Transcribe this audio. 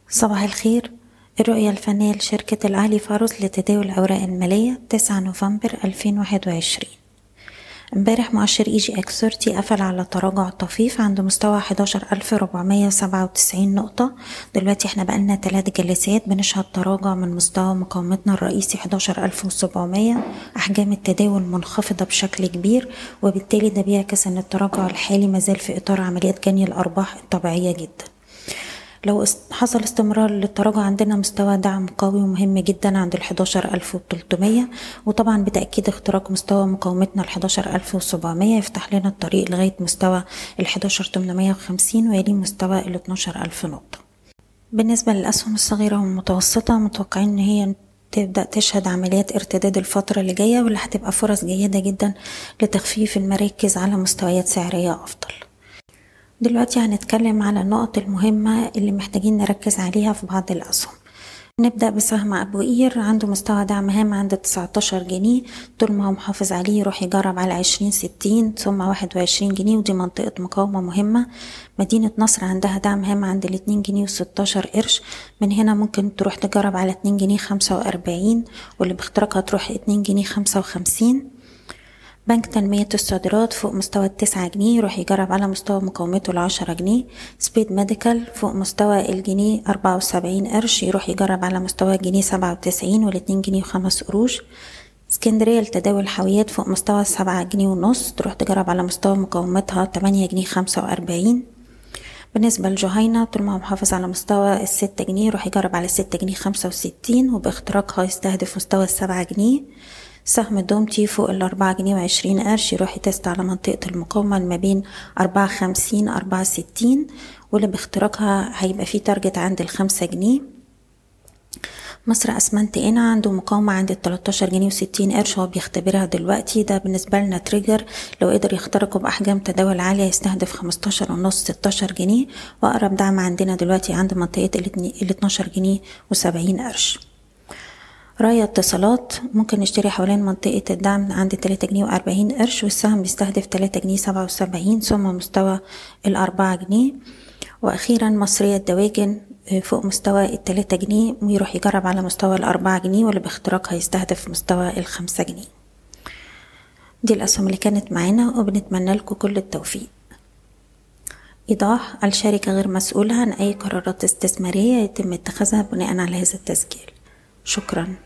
صباح الخير. الرؤية الفنية لشركة الأهلي فاروس لتداول الأوراق المالية 9 نوفمبر 2021. امبارح مؤشر EGX30 قفل على تراجع طفيف عند مستوى 11497 نقطة. دلوقتي احنا بقالنا 3 جلسات بنشهد تراجع من مستوى مقاومتنا الرئيسي 11700. أحجام التداول منخفضة بشكل كبير، وبالتالي ده بيعكس ان التراجع الحالي مازال في إطار عمليات جني الأرباح الطبيعية جدا. لو حصل استمرار للتراجع عندنا مستوى دعم قوي ومهم جدا عند 11300، وطبعا بتأكيد اختراق مستوى مقاومتنا 11700 يفتح لنا الطريق لغاية مستوى 11850 ويلي مستوى 12000 نقطة. بالنسبة للأسهم الصغيرة والمتوسطة متوقعين ان هي تبدأ تشهد عمليات ارتداد الفترة اللي جاية، واللي هتبقى فرص جيدة جدا لتخفيف المراكز على مستويات سعرية أفضل. دلوقتي هنتكلم على النقط المهمة اللي محتاجين نركز عليها في بعض الأسهم. نبدأ بسهم أبو قير، عنده مستوى دعم هام عند 19 جنيه، طول ما هو محافظ عليه يروح يجرب على 20.60 ثم 21 جنيه، ودي منطقة مقاومة مهمة. مدينة نصر عندها دعم هام عند 2 جنيه و16 قرش، من هنا ممكن تروح تجرب على 2 جنيه 45، واللي باختراقها تروح 2 جنيه 55. بنك تنمية الصادرات فوق مستوى 9 جنيه، يروح يجرب على مستوى مقاومته 10 جنيه. سبيد ميديكال فوق مستوى الجنيه 74 قرش، يروح يجرب على مستوى الجنيه 97 وال2 جنيه و5 قروش. اسكندرية لتداول الحاويات فوق مستوى 7 جنيه ونص، تروح تجرب على مستوى مقاومتها 8 جنيه 45. بالنسبة لجهينة طول ما هو محافظ على مستوى 6 جنيه، يروح يجرب على 6 جنيه 65 وباختراقها يستهدف مستوى 7 جنيه. سهم دومتي فوق 4 جنيه و20 قرش، يروح يتست على منطقة المقاومة ما بين 54 64، واللي باختراقها هيبقى فيه تارجت عند 5 جنيه. مصر أسمنت هنا عنده مقاومة عند 13 جنيه و60 قرش، هو بيختبرها دلوقتي. ده بالنسبة لنا تريجر، لو قدر يخترقه بأحجام تداول عالية يستهدف 15 ونص 16 جنيه، وأقرب دعم عندنا دلوقتي عند منطقة 12 جنيه و70 قرش. راية اتصالات ممكن نشتري حوالين منطقة الدعم عند 3 جنيه و40 قرش، والسهم بيستهدف 3 جنيه 77 ثم مستوى 4 جنيه. وأخيرا مصرية الدواجن فوق مستوى 3 جنيه ويروح يجرب على مستوى 4 جنيه، واللي باختراقها يستهدف مستوى 5 جنيه. دي الأسهم اللي كانت معانا، وبنتمنى لكم كل التوفيق. إيضاح: الشركة غير مسؤولة عن أي قرارات استثمارية يتم اتخاذها بناء على هذا التسجيل. شكرا.